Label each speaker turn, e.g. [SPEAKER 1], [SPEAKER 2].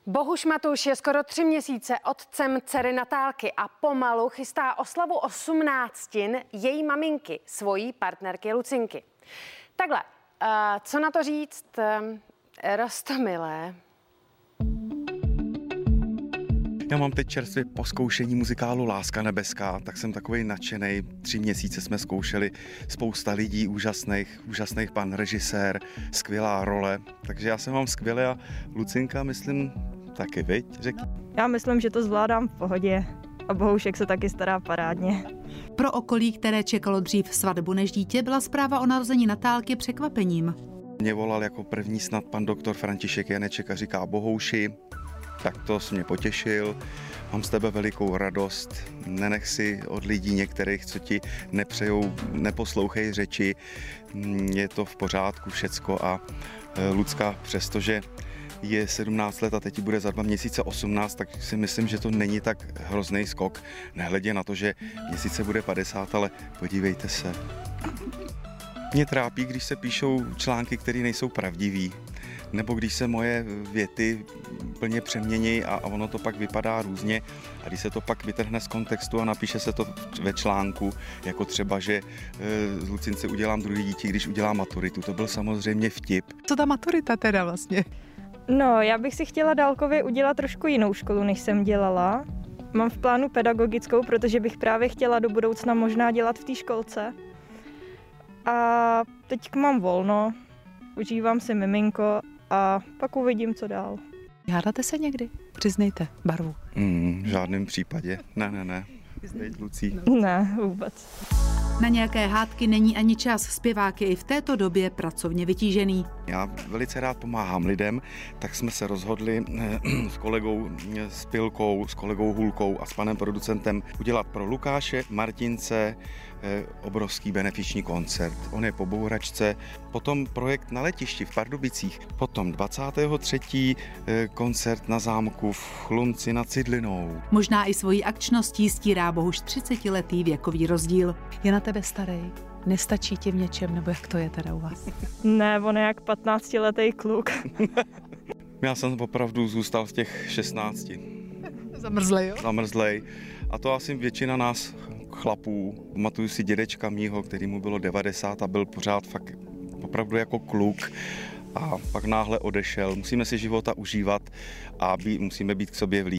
[SPEAKER 1] Bohuš Matuš je skoro 3 měsíce otcem dcery Natálky a pomalu chystá oslavu 18 její maminky, svojí partnerky Lucinky. Takhle, co na to říct? Roztomilé.
[SPEAKER 2] Já mám teď čerstvě po zkoušení muzikálu Láska nebeská, tak jsem takovej nadšenej. 3 měsíce jsme zkoušeli, spousta lidí úžasných pan režisér, skvělá role. Takže já jsem vám skvěle a Lucinka, myslím, taky, viď? Řekni.
[SPEAKER 3] Já myslím, že to zvládám v pohodě a Bohušek se taky stará parádně.
[SPEAKER 4] Pro okolí, které čekalo dřív svatbu než dítě, byla zpráva o narození Natálky překvapením.
[SPEAKER 2] Mě volal jako první snad pan doktor František Janeček a říká: Bohouši, tak to jsi mě potěšil, mám z tebe velikou radost, nenech si od lidí některých, co ti nepřejou, neposlouchej řeči, je to v pořádku všecko. A Lucka, přestože je 17 let a teď bude za 2 měsíce 18, tak si myslím, že to není tak hrozný skok, nehledě na to, že měsíce bude 50, ale podívejte se. Mě trápí, když se píšou články, které nejsou pravdivý, nebo když se moje věty plně přemění a ono to pak vypadá různě a když se to pak vytrhne z kontextu a napíše se to ve článku, jako třeba, že z Lucince udělám druhý dítě, když udělám maturitu. To byl samozřejmě vtip.
[SPEAKER 5] Co ta maturita teda vlastně?
[SPEAKER 3] No, já bych si chtěla dálkově udělat trošku jinou školu, než jsem dělala. Mám v plánu pedagogickou, protože bych právě chtěla do budoucna možná dělat v té školce. A teď mám volno, užívám si miminko a pak uvidím, co dál.
[SPEAKER 5] Hádáte se někdy? Přiznejte barvu.
[SPEAKER 2] V žádném případě. Ne. Zdejď, Lucí.
[SPEAKER 3] Ne, vůbec.
[SPEAKER 4] Na nějaké hádky není ani čas, zpěvák je i v této době pracovně vytížený.
[SPEAKER 2] Já velice rád pomáhám lidem, tak jsme se rozhodli s kolegou Spilkou, s kolegou Hulkou a s panem producentem udělat pro Lukáše Martince obrovský benefiční koncert. On je po bouračce, potom projekt na letišti v Pardubicích, potom 23. koncert na zámku v Chlumci nad Cidlinou.
[SPEAKER 4] Možná i svojí akčností stírá Bohuš 30letý věkový rozdíl.
[SPEAKER 5] Je na tebe starý? Nestačí ti v něčem, nebo jak to je teda u vás?
[SPEAKER 3] Ne, on je jak 15letý kluk.
[SPEAKER 2] Já jsem opravdu zůstal v těch 16.
[SPEAKER 5] Zamrzlej, jo?
[SPEAKER 2] Zamrzlej. A to asi většina nás chlapů. Pamatuju si dědečka mýho, který mu bylo 90 a byl pořád fakt opravdu jako kluk. A pak náhle odešel. Musíme si života užívat a musíme být k sobě vlídní.